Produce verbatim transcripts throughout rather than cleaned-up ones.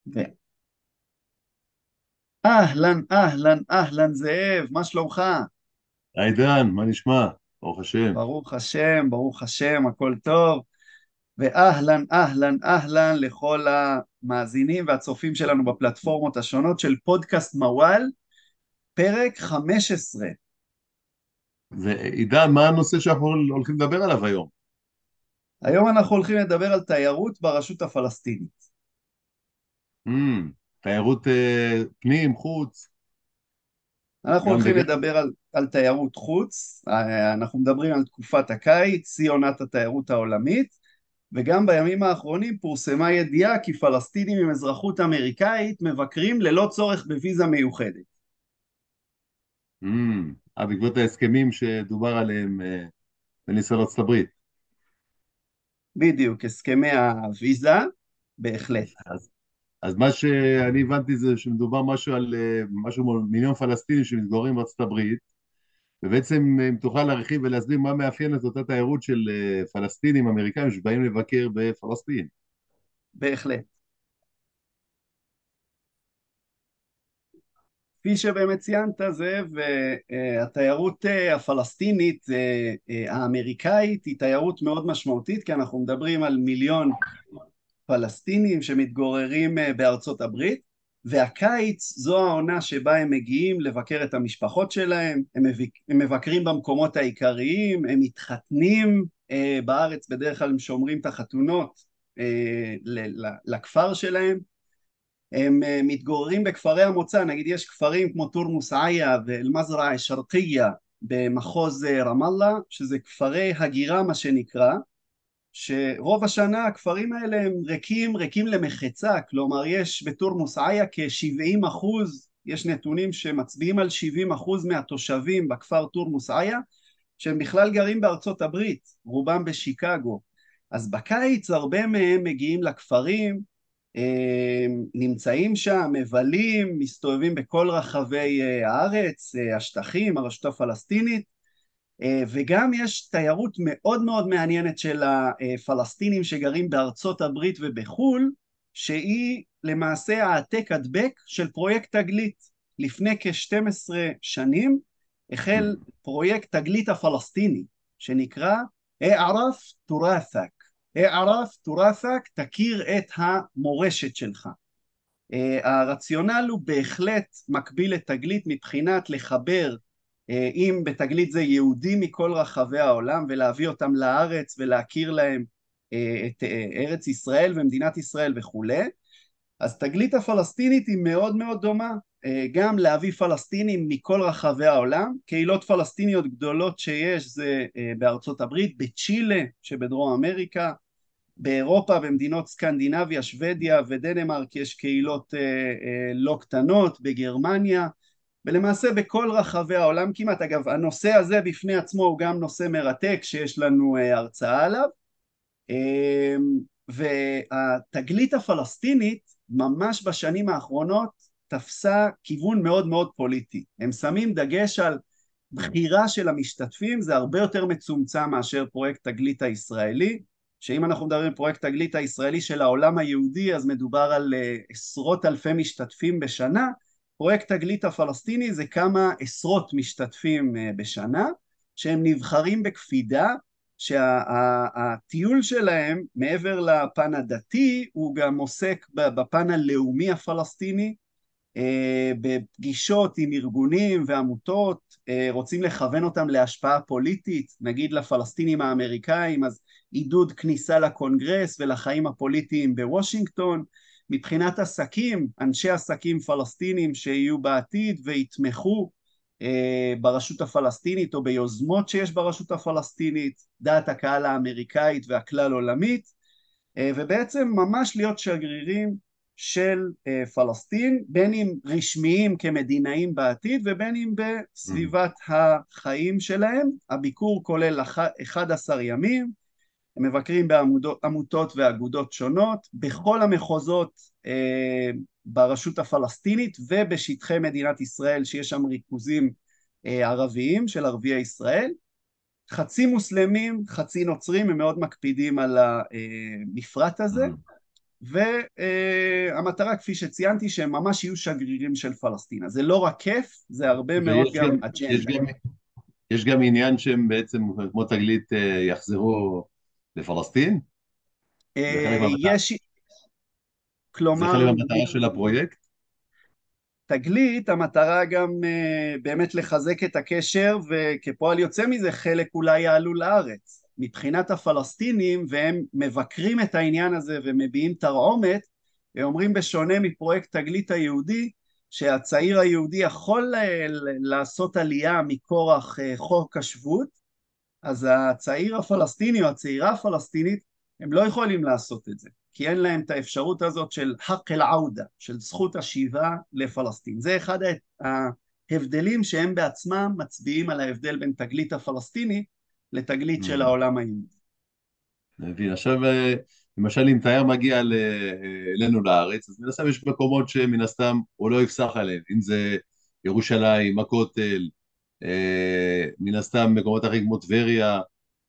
ו- אהלן, אהלן, אהלן זאב, מה שלומך? עידן, מה נשמע? ברוך השם. ברוך השם, ברוך השם, הכל טוב. ואהלן, אהלן, אהלן לכל המאזינים והצופים שלנו בפלטפורמות השונות של פודקאסט מוואל, פרק חמש עשרה. ועידן, מה הנושא שאנחנו הולכים לדבר עליו היום? היום אנחנו הולכים לדבר על תיירות ברשות הפלסטינית. Hmm, תיירות אה, פנים, חוץ, אנחנו גם הולכים וגם. לדבר על, על תיירות חוץ, אה, אנחנו מדברים על תקופת הקיץ, שיא עונת התיירות העולמית, וגם בימים האחרונים פורסמה ידיעה כי פלסטינים עם אזרחות אמריקאית מבקרים ללא צורך בוויזה מיוחדת. Hmm, אה, בעקבות ההסכמים שדובר עליהם אה, בין ישראל לארצות הברית. בדיוק, הסכמי הוויזה, בהחלט. אז, אז מה שאני הבנתי זה שמדובר משהו על אה, משהו כמו מיליון פלסטינים שמתגוררים בארצות הברית, ובעצם אה, אם תוכל להרחיב ולהסביר מה מאפיין את אותה תיירות של אה, פלסטינים אמריקאים שבאים לבקר בפלסטין. בהחלט. כפי שבאמת ציינת זה, והתיירות הפלסטינית אה, אה, האמריקאית היא תיירות מאוד משמעותית, כי אנחנו מדברים על מיליון פלסטינים שמתגוררים אה, בארצות הברית, והקיץ זו העונה שבה הם מגיעים לבקר את המשפחות שלהם, הם, מביק, הם מבקרים במקומות העיקריים, הם מתחתנים אה, בארץ, בדרך כלל הם שומרים את החתונות אה, ל, ל, לכפר שלהם, הם אה, מתגוררים בכפרי המוצא, נגיד יש כפרים כמו תורמוס עיא ואל-מזרעה א-שרקיה במחוז אה, רמאללה, שזה כפרי הגירה מה שנקרא, שרוב השנה הכפרים האלה הם ריקים, ריקים למחצה, כלומר יש בתורמוס עיא כ-שבעים אחוז, יש נתונים שמצביעים על שבעים אחוז מהתושבים בכפר תורמוס עיא, שהם בכלל גרים בארצות הברית, רובם בשיקגו. אז בקיץ הרבה מהם מגיעים לכפרים, אה, נמצאים שם, מבלים, מסתובבים בכל רחבי אה, הארץ, אה, השטחים, הרשות הפלסטינית, אה, וגם יש תיירות מאוד מאוד מעניינת של הפלסטינים שגרים בארצות הברית ובחו"ל, שהיא למעשה העתק הדבק של פרויקט תגלית. לפני כ-שתים עשרה שנים החל Hmm. פרויקט תגלית הפלסטיני, שנקרא אערף תורת'ק. אערף תורת'ק, תכיר את המורשת שלך. Uh, הרציונל הוא בהחלט מקביל לתגלית מבחינת לחבר, uh, אם בתגלית זה יהודים מכל רחבי העולם ולהביא אותם לארץ ולהכיר להם uh, את uh, ארץ ישראל ומדינת ישראל וכולי, אז תגלית הפלסטינית היא מאוד מאוד דומה, uh, גם להביא פלסטינים מכל רחבי העולם, קהילות פלסטיניות גדולות שיש זה uh, בארצות הברית, בצ'ילה שבדרום אמריקה, באירופה, במדינות סקנדינביה, שוודיה ודנמרק יש קהילות אה, אה, לא קטנות, בגרמניה, ולמעשה בכל רחבי העולם כמעט. אגב, הנושא הזה בפני עצמו הוא גם נושא מרתק שיש לנו אה, הרצאה עליו, אה, והתגלית הפלסטינית ממש בשנים האחרונות תפסה כיוון מאוד מאוד פוליטי. הם שמים דגש על בחירה של המשתתפים, זה הרבה יותר מצומצם מאשר פרויקט תגלית הישראלי, שאם אנחנו מדברים על פרויקט תגלית הישראלי של העולם היהודי, אז מדובר על uh, עשרות אלפי משתתפים בשנה, פרויקט תגלית הפלסטיני זה כמה עשרות משתתפים uh, בשנה, שהם נבחרים בקפידה, שהטיול שלהם מעבר לפן הדתי, הוא גם עוסק בפן הלאומי הפלסטיני, אה, בפגישות עם ארגונים ועמותות, אה, רוצים לכוון אותם להשפעה פוליטית, נגיד לפלסטינים האמריקאים, אז עידוד כניסה לקונגרס ולחיים הפוליטיים בוושינגטון, מבחינת עסקים, אנשי עסקים פלסטינים שיהיו בעתיד ויתמכו אה, ברשות הפלסטינית או ביוזמות שיש ברשות הפלסטינית, דעת הקהל האמריקאית והכלל עולמית, אה, ובעצם ממש להיות שגרירים של אה, פלסטין, בין אם רשמיים כמדינאים בעתיד ובין אם Hmm. בסביבת החיים שלהם. הביקור כולל אחד עשר ימים, הם מבקרים בעמותות ואגודות שונות בכל המחוזות אה, ברשות הפלסטינית ובשטחי מדינת ישראל שיש שם ריכוזים אה, ערביים של ערביי ישראל, חצי מוסלמים, חצי נוצרים, הם מאוד מקפידים על המפרט הזה, Hmm. והמטרה כפי שציינתי שהם ממש יהיו שגרירים של פלסטין. אז זה לא רק כיף, זה הרבה מאוד ויש גם גם, יש אג'נדה. גם, יש גם עניין שהם בעצם כמו תגלית אה, יחזרו לפלסטין? זה חלק אה, מהמטרה, יש, זה כלומר, חלק מהמטרה של הפרויקט? תגלית, המטרה גם uh, באמת לחזק את הקשר, וכפועל יוצא מזה חלק אולי יעלו לארץ. מבחינת הפלסטינים, והם מבקרים את העניין הזה ומביעים תרעומת, הם אומרים בשונה מפרויקט תגלית היהודי, שהצעיר היהודי יכול לעשות עלייה מכורח uh, חוק השבות, אז הצעיר הפלסטיני או הצעירה הפלסטינית הם לא יכולים לעשות את זה, כי אין להם את האפשרות הזאת של חק אל-עודה, של זכות השיבה לפלסטין. זה אחד ההבדלים שהם בעצמם מצביעים על ההבדל בין תגלית הפלסטיני לתגלית של Mm. העולם היהודי. אני מבין. עכשיו, אה, למשל, אם תייר מגיע ל- אה, אלינו לארץ, אז מן הסתם יש מקומות שמן הסתם הוא לא יפסח עליהם, אם זה ירושלים, הכותל, אה, מן הסתם מקומות אחרים כמו טבריה,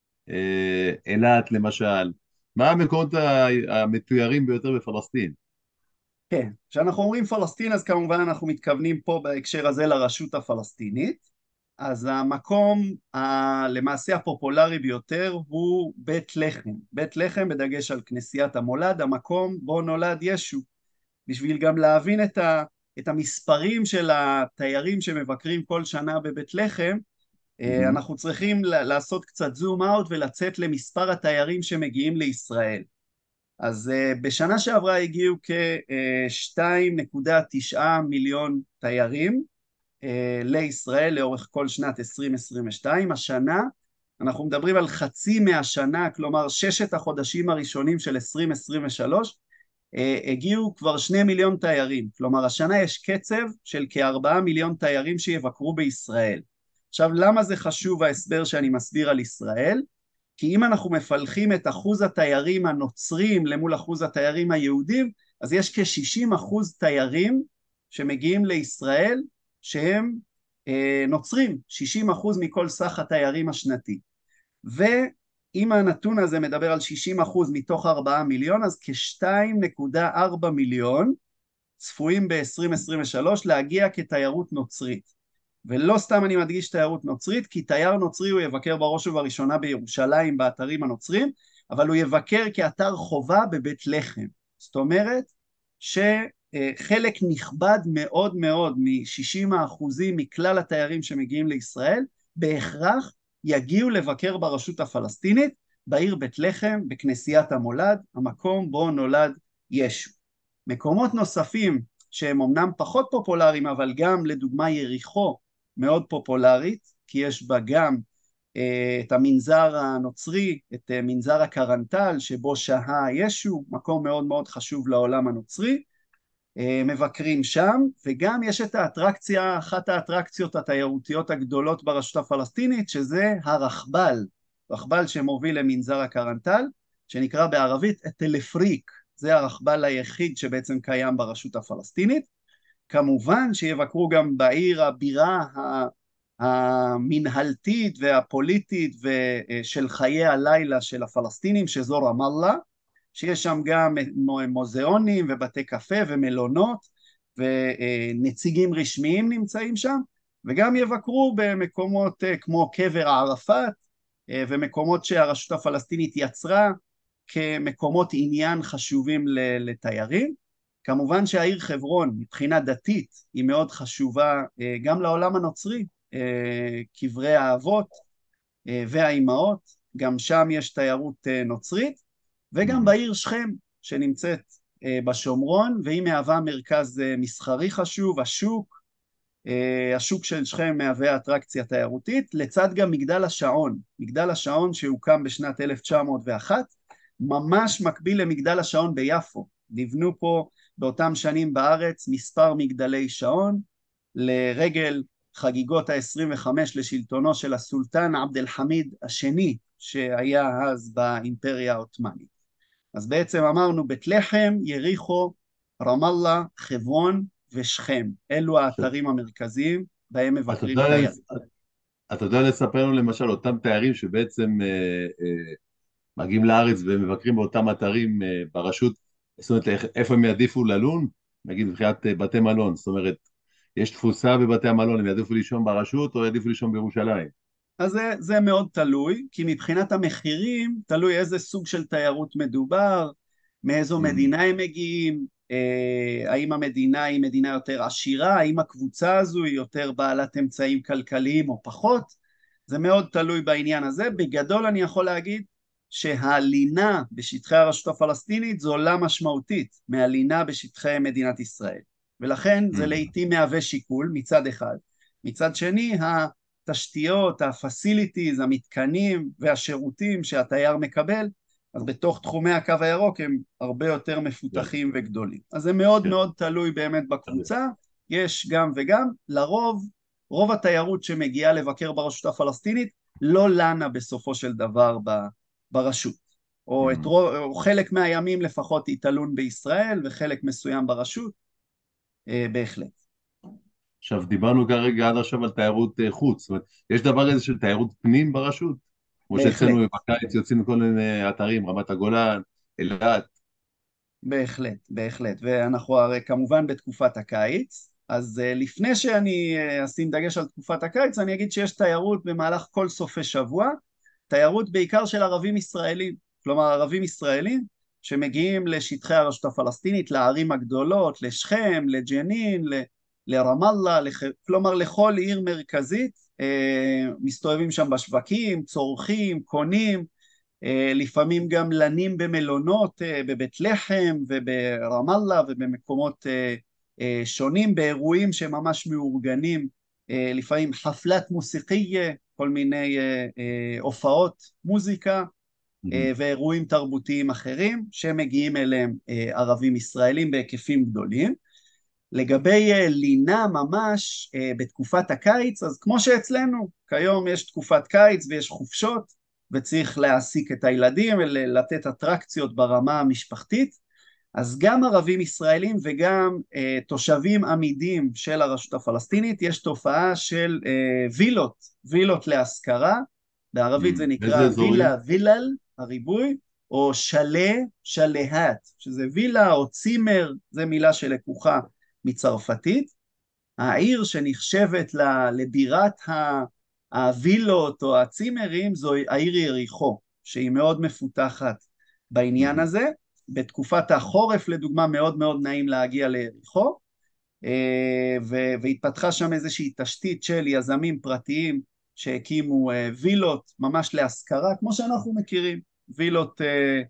אה, אילת למשל. מה המקומות ה- המתוירים ביותר בפלסטין? כן, כשאנחנו אומרים פלסטין אז כמובן אנחנו מתכוונים פה בהקשר הזה לרשות הפלסטינית. אז המקום ה- למעשה הפופולרי ביותר הוא בית לחם. בית לחם בדגש על כנסיית המולד, המקום בו נולד ישו. בשביל גם להבין את, ה, את המספרים של התיירים שמבקרים כל שנה בבית לחם, אה, מהמם. אנחנו צריכים לעשות קצת זום אאוט ולצאת למספר התיירים שמגיעים לישראל. אז uh, בשנה שעברה הגיעו כ-שתיים נקודה תשע מיליון תיירים uh, לישראל לאורך כל שנת עשרים עשרים ושתיים. השנה אנחנו מדברים על חצי מהשנה, כלומר ששת החודשים הראשונים של עשרים עשרים ושלוש uh, הגיעו כבר שני מיליון תיירים, כלומר השנה יש קצב של כארבעה מיליון תיירים שיבקרו בישראל. עכשיו למה זה חשוב ההסבר שאני מסביר על ישראל? כי אם אנחנו מפלחים את אחוז התיירים הנוצרים למול אחוז התיירים היהודים, אז יש כ-שישים אחוז תיירים שמגיעים לישראל שהם אה, נוצרים, שישים אחוז מכל סך התיירים השנתי. ואם הנתון הזה מדבר על שישים אחוז מתוך ארבעה מיליון, אז כ-שתיים נקודה ארבע מיליון צפויים ב-עשרים עשרים ושלוש להגיע כתיירות נוצרית. ולא סתם אני מדגיש תיירות נוצרית, כי תייר נוצרי הוא יבקר בראש ובראשונה בירושלים באתרים הנוצרים, אבל הוא יבקר כאתר חובה בבית לחם. זאת אומרת שחלק נכבד מאוד מאוד מ-שישים אחוזים מכלל התיירים שמגיעים לישראל בהכרח יגיעו לבקר ברשות הפלסטינית בעיר בית לחם, בכנסיית המולד, המקום בו נולד ישו. מקומות נוספים שהם אמנם פחות פופולריים, אבל גם לדוגמה יריחו מאוד פופולרית, כי יש בה גם אה, את המנזר הנוצרי, את אה, מנזר הקרנטל שבו שהה ישו, מקום מאוד מאוד חשוב לעולם הנוצרי, אה, מבקרים שם, וגם יש את האטרקציה, אחת האטרקציות התיירותיות הגדולות ברשות הפלסטינית, שזה הרכבל, רכבל שמוביל למנזר הקרנטל, שנקרא בערבית טלפריק, זה הרכבל היחיד שבעצם קיים ברשות הפלסטינית. כמובן שיבקרו גם בעיר הבירה המנהלתית והפוליטית של חיי הלילה של הפלסטינים, שזו רמאללה, שיש שם גם מוזיאונים ובתי קפה ומלונות, ונציגים רשמיים נמצאים שם, וגם יבקרו במקומות כמו קבר ערפאת, ומקומות שהרשות הפלסטינית יצרה כמקומות עניין חשובים לתיירים. כמובן שהעיר חברון מבחינה דתית היא מאוד חשובה גם לעולם הנוצרי, קברי האבות והאימהות, גם שם יש תיירות נוצרית, וגם מהמם. בעיר שכם שנמצאת בשומרון, והיא מהווה מרכז מסחרי חשוב, השוק, השוק של שכם מהווה אטרקציה תיירותית, לצד גם מגדל השעון, מגדל השעון שהוקם בשנת אלף תשע מאות ואחת, ממש מקביל למגדל השעון ביפו. נבנו פה באותם שנים בארץ מספר מגדלי שעון לרגל חגיגות ה-עשרים וחמש לשלטונו של הסולטן עבד אל חמיד השני שהיה אז באימפריה העות'מאנית. אז בעצם אמרנו בית לחם, יריחו, רמאללה, חברון ושכם. אלו עכשיו, האתרים המרכזיים בהם אתה מבקרים יודע, תיירים. אתה יודע לספר לנו למשל אותם תיירים שבעצם אה, אה, מגיעים לארץ ומבקרים באותם אתרים אה, ברשות, זאת אומרת, איך- איפה הם יעדיפו ללון? נגיד מבחינת אה, בתי מלון, זאת אומרת, יש תפוסה בבתי המלון, הם יעדיפו לישון ברשות או יעדיפו לישון בירושלים? אז זה, זה מאוד תלוי, כי מבחינת המחירים, תלוי איזה סוג של תיירות מדובר, מאיזו Mhm. מדינה הם מגיעים, אה, האם המדינה היא מדינה יותר עשירה, האם הקבוצה הזו היא יותר בעלת אמצעים כלכליים או פחות, זה מאוד תלוי בעניין הזה. בגדול אני יכול להגיד שהלינה בשטחי הרשות הפלסטינית זולה משמעותית מהלינה בשטחי מדינת ישראל, ולכן זה Mhm. לעתים מהווה שיקול מצד אחד. מצד שני, התשתיות, ה-facilities, המתקנים והשירותים שהתייר מקבל, אז בתוך תחומי הקו הירוק הם הרבה יותר כן, מפותחים וגדולים. אז זה מאוד כן. מאוד תלוי באמת בקבוצה, יש גם וגם. לרוב, רוב התיירות שמגיעה לבקר ברשות הפלסטינית לא לנה בסופו של דבר ברשות, או, את, Mhm. או חלק מהימים לפחות היא תלון בישראל וחלק מסוים ברשות, אה, בהחלט. עכשיו, דיברנו כרגע עד עכשיו על תיירות אה, חוץ, זאת אומרת, יש דבר איזה של תיירות פנים ברשות? כמו בהחלט. שאצלנו בקיץ יוצאים לכל מיני אתרים, רמת הגולן, אילת. בהחלט, בהחלט, ואנחנו הרי כמובן בתקופת הקיץ, אז uh, לפני שאני uh, אשים דגש על תקופת הקיץ, אני אגיד שיש תיירות במהלך כל סופי שבוע, תיירות בעיקר של ערבים ישראלים, כלומר ערבים ישראלים שמגיעים לשטחי הרשות הפלסטינית, לערים הגדולות, לשכם, לג'נין, ל- לרמאללה, לח... כלומר לכל עיר מרכזית, uh, מסתובבים שם בשווקים, צורכים, קונים, אה, לפעמים גם לנים במלונות אה, בבית לחם וברמאללה ובמקומות אה, אה, שונים, באירועים שממש מאורגנים, אה, לפעמים חפלת מוסיקיה, כל מיני אה, אה, הופעות מוזיקה Mhm. אה, ואירועים תרבותיים אחרים שמגיעים אליהם אה, ערבים ישראלים בהיקפים גדולים. לגבי אה, לינה ממש אה, בתקופת הקיץ, אז כמו שאצלנו, כיום יש תקופת קיץ ויש חופשות, וצריך להעסיק את הילדים ולתת אטרקציות ברמה המשפחתית, אז גם ערבים ישראלים וגם אה, תושבים עמידים של הרשות הפלסטינית, יש תופעה של אה, וילות, וילות להשכרה, בערבית זה Mhm. באיזה נקרא אזורים? וילה וילל, הריבוי, או שלה, שלהת, שזה וילה או צימר, זה מילה שלקוחה מצרפתית. העיר שנחשבת לבירת הווילות או הצימרים זו העיר יריחו, שהיא מאוד מפותחת בעניין Mhm. הזה. בתקופת החורף לדוגמה מאוד מאוד נעים להגיע ליריחו, והתפתחה שם איזושהי תשתית של יזמים פרטיים שהקימו וילות ממש להשכרה, כמו שאנחנו מכירים, וילות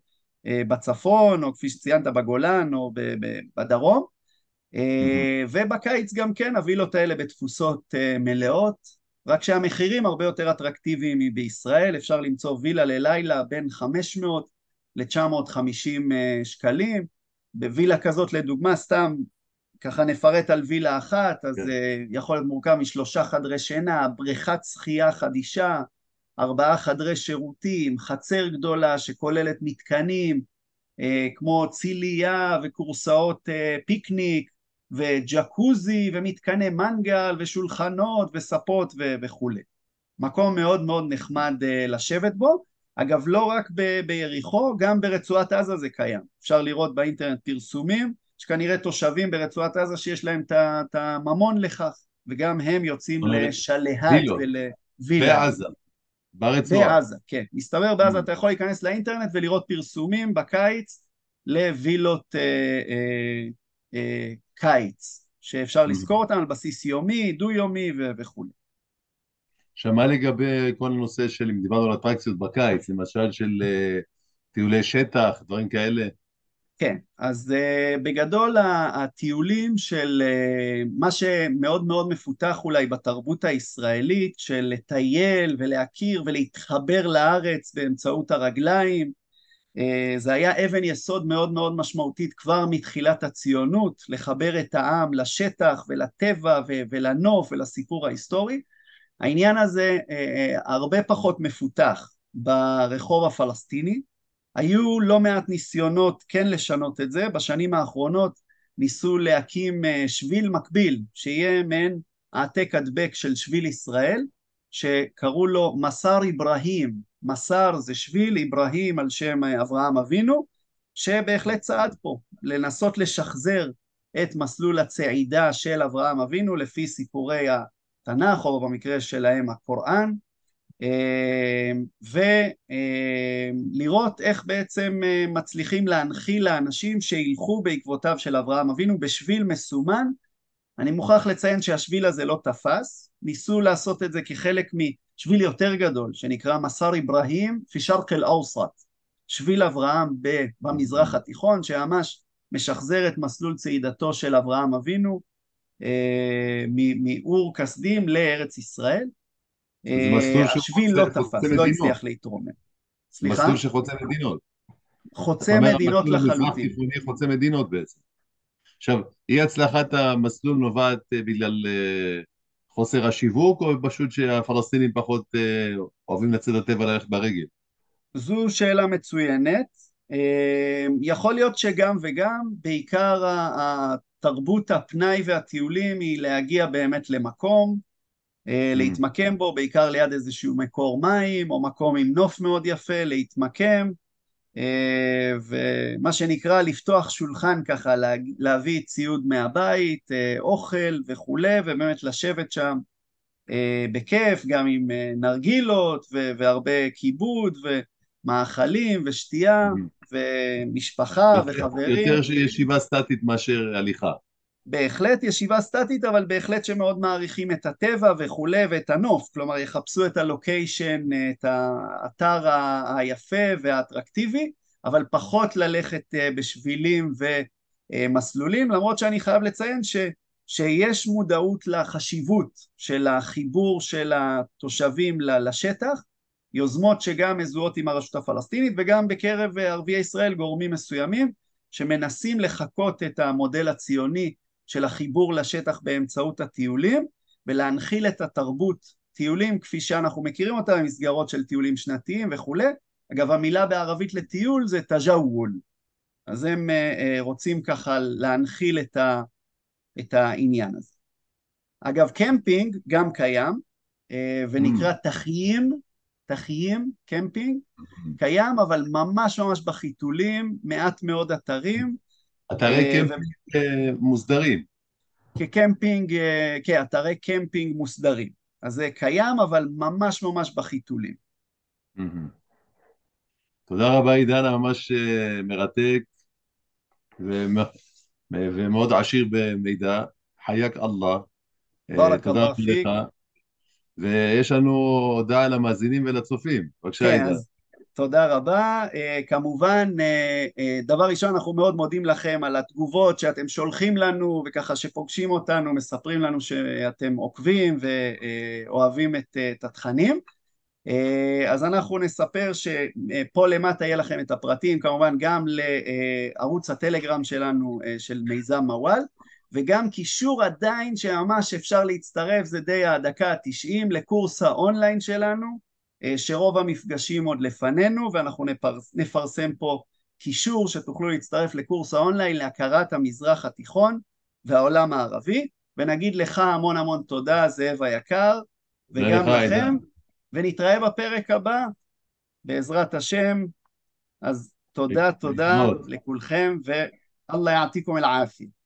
בצפון, או כפי שציינת בגולן או בדרום. Mhm. ובקיץ גם כן הווילות האלה בתפוסות מלאות, רק שהמחירים הרבה יותר אטרקטיביים מבישראל, אפשר למצוא וילה ללילה בין חמש מאות ל-תשע מאות וחמישים שקלים, בווילה כזאת לדוגמה, סתם ככה נפרט על וילה אחת, אז כן. יכול להיות מורכב משלושה חדרי שינה, בריכת שחייה חדישה, ארבעה חדרי שירותים, חצר גדולה שכוללת מתקנים, כמו צילייה וקורסאות פיקניק וג'קוזי ומתקני מנגל ושולחנות וספות וכו'. מקום מאוד מאוד נחמד לשבת בו. אגב, לא רק ביריחו, גם ברצועת עזה זה קיים. אפשר לראות באינטרנט פרסומים, שכנראה תושבים ברצועת עזה שיש להם את הממון לכך, וגם הם זאת יוצאים אומרת, לשלהת וילות, ולווילאזים. בעזה, ברצועה. בעזה, כן. מסתבר בעזה Mhm. אתה יכול להיכנס לאינטרנט ולראות פרסומים בקיץ לווילות אה, אה, אה, קיץ, שאפשר Mhm. לזכור אותם על בסיס יומי, דו-יומי וכו'. עכשיו, מה לגבי כל הנושא של, אם דיברנו על אטרקציות בקיץ, למשל של אה, טיולי שטח, דברים כאלה? כן, אז uh, בגדול הטיולים של uh, מה שמאוד מאוד מפותח אולי בתרבות הישראלית, של לטייל ולהכיר ולהתחבר לארץ באמצעות הרגליים, uh, זה היה אבן יסוד מאוד מאוד משמעותית כבר מתחילת הציונות, לחבר את העם לשטח ולטבע ו- ולנוף ולסיפור ההיסטורי. העניין הזה uh, uh, הרבה פחות מפותח ברחוב הפלסטיני, היו לא מעט ניסיונות כן לשנות את זה, בשנים האחרונות ניסו להקים שביל מקביל, שיהיה מעין העתק הדבק של שביל ישראל, שקראו לו מסר אברהים, מסר זה שביל, אברהים על שם אברהם אבינו, שבהחלט צעד פה, לנסות לשחזר את מסלול הצעידה של אברהם אבינו לפי סיפורי התנ"ך, או במקרה שלהם הקוראן, ולראות איך בעצם מצליחים להנחיל לאנשים שילכו בעקבותיו של אברהם אבינו בשביל מסומן. אני מוכרח לציין שהשביל הזה לא תפס, ניסו לעשות את זה כחלק משביל יותר גדול, שנקרא מסר אברהים פי שרק אל-אוסט, שביל אברהם במזרח התיכון, שממש משחזר את מסלול צעידתו של אברהם אבינו, מאור כסדים לארץ ישראל. זה מסלול השביל לא שחוצה תפס, לא מדינות. הצליח להתרומם. סליחה? מסלול שחוצה מדינות. אתה חוצה אומר, מדינות המסלול המזרח לחלוטין. תיכוני חוצה מדינות בעצם. עכשיו, אי הצלחת המסלול נובעת אה, בגלל אה, חוסר השיווק, או פשוט שהפלסטינים פחות אה, אוהבים לצאת לטבע ללכת ברגל? זו שאלה מצוינת. יכול להיות שגם וגם, בעיקר התרבות הפנאי והטיולים היא להגיע באמת למקום, Mm. להתמקם בו, בעיקר ליד איזשהו מקור מים, או מקום עם נוף מאוד יפה, להתמקם, ומה שנקרא לפתוח שולחן ככה, להביא ציוד מהבית, אוכל וכולי, ובאמת לשבת שם בכיף, גם עם נרגילות והרבה כיבוד ומאכלים ושתייה ומשפחה יותר, וחברים. יותר שישיבה סטטית מאשר הליכה. בהחלט ישיבה סטטית, אבל בהחלט שמאוד מעריכים את הטבע וכולי ואת הנוף, כלומר יחפשו את הלוקיישן, את האתר היפה והאטרקטיבי, אבל פחות ללכת בשבילים ומסלולים, למרות שאני חייב לציין ש, שיש מודעות לחשיבות של החיבור של התושבים לשטח, יוזמות שגם מזוהות עם הרשות הפלסטינית, וגם בקרב ערביי ישראל גורמים מסוימים, שמנסים לחקות את המודל הציוני של החיבור לשטח באמצעות הטיולים, ולהנחיל את התרבות טיולים כפי שאנחנו מכירים אותה במסגרות של טיולים שנתיים וכולי. אגב, המילה בערבית לטיול זה תג'אוול, אז הם רוצים ככה להנחיל את, ה, את העניין הזה. אגב, קמפינג גם קיים, ונקרא תחיים, תחיים, קמפינג, קיים, אבל ממש ממש בחיתולים, מעט מאוד אתרים. אתרי קמפינג ו... מוסדרים. כקמפינג, כאתרי קמפינג מוסדרים. אז זה קיים, אבל ממש ממש בחיתולים. תודה רבה עידן, ממש מרתק ומאוד עשיר במידע. חייק אללה. ברק תודה אללה רבה לך. פיק. ויש לנו הודעה למאזינים ולצופים. בבקשה כן, עידן. אז תודה רבה. Uh, כמובן, uh, uh, דבר ראשון, אנחנו מאוד מודים לכם על התגובות שאתם שולחים לנו, וככה שפוגשים אותנו, מספרים לנו שאתם עוקבים ואוהבים את, uh, את התכנים. Uh, אז אנחנו נספר שפה למטה יהיה לכם את הפרטים, כמובן גם לערוץ הטלגרם שלנו, uh, של מיזם מוואל, וגם קישור עדיין שממש אפשר להצטרף, זה די הדקה ה-תשעים לקורס האונליין שלנו, שרוב המפגשים עוד לפנינו, ואנחנו נפרס, נפרסם פה קישור שתוכלו להצטרף לקורס האונליין להכרת המזרח התיכון והעולם הערבי, ונגיד לך המון המון תודה זאב היקר, וגם לכם, עידן. ונתראה בפרק הבא בעזרת השם. אז תודה תודה לכולכם, ואללה יעתיקום אל-עאפיה.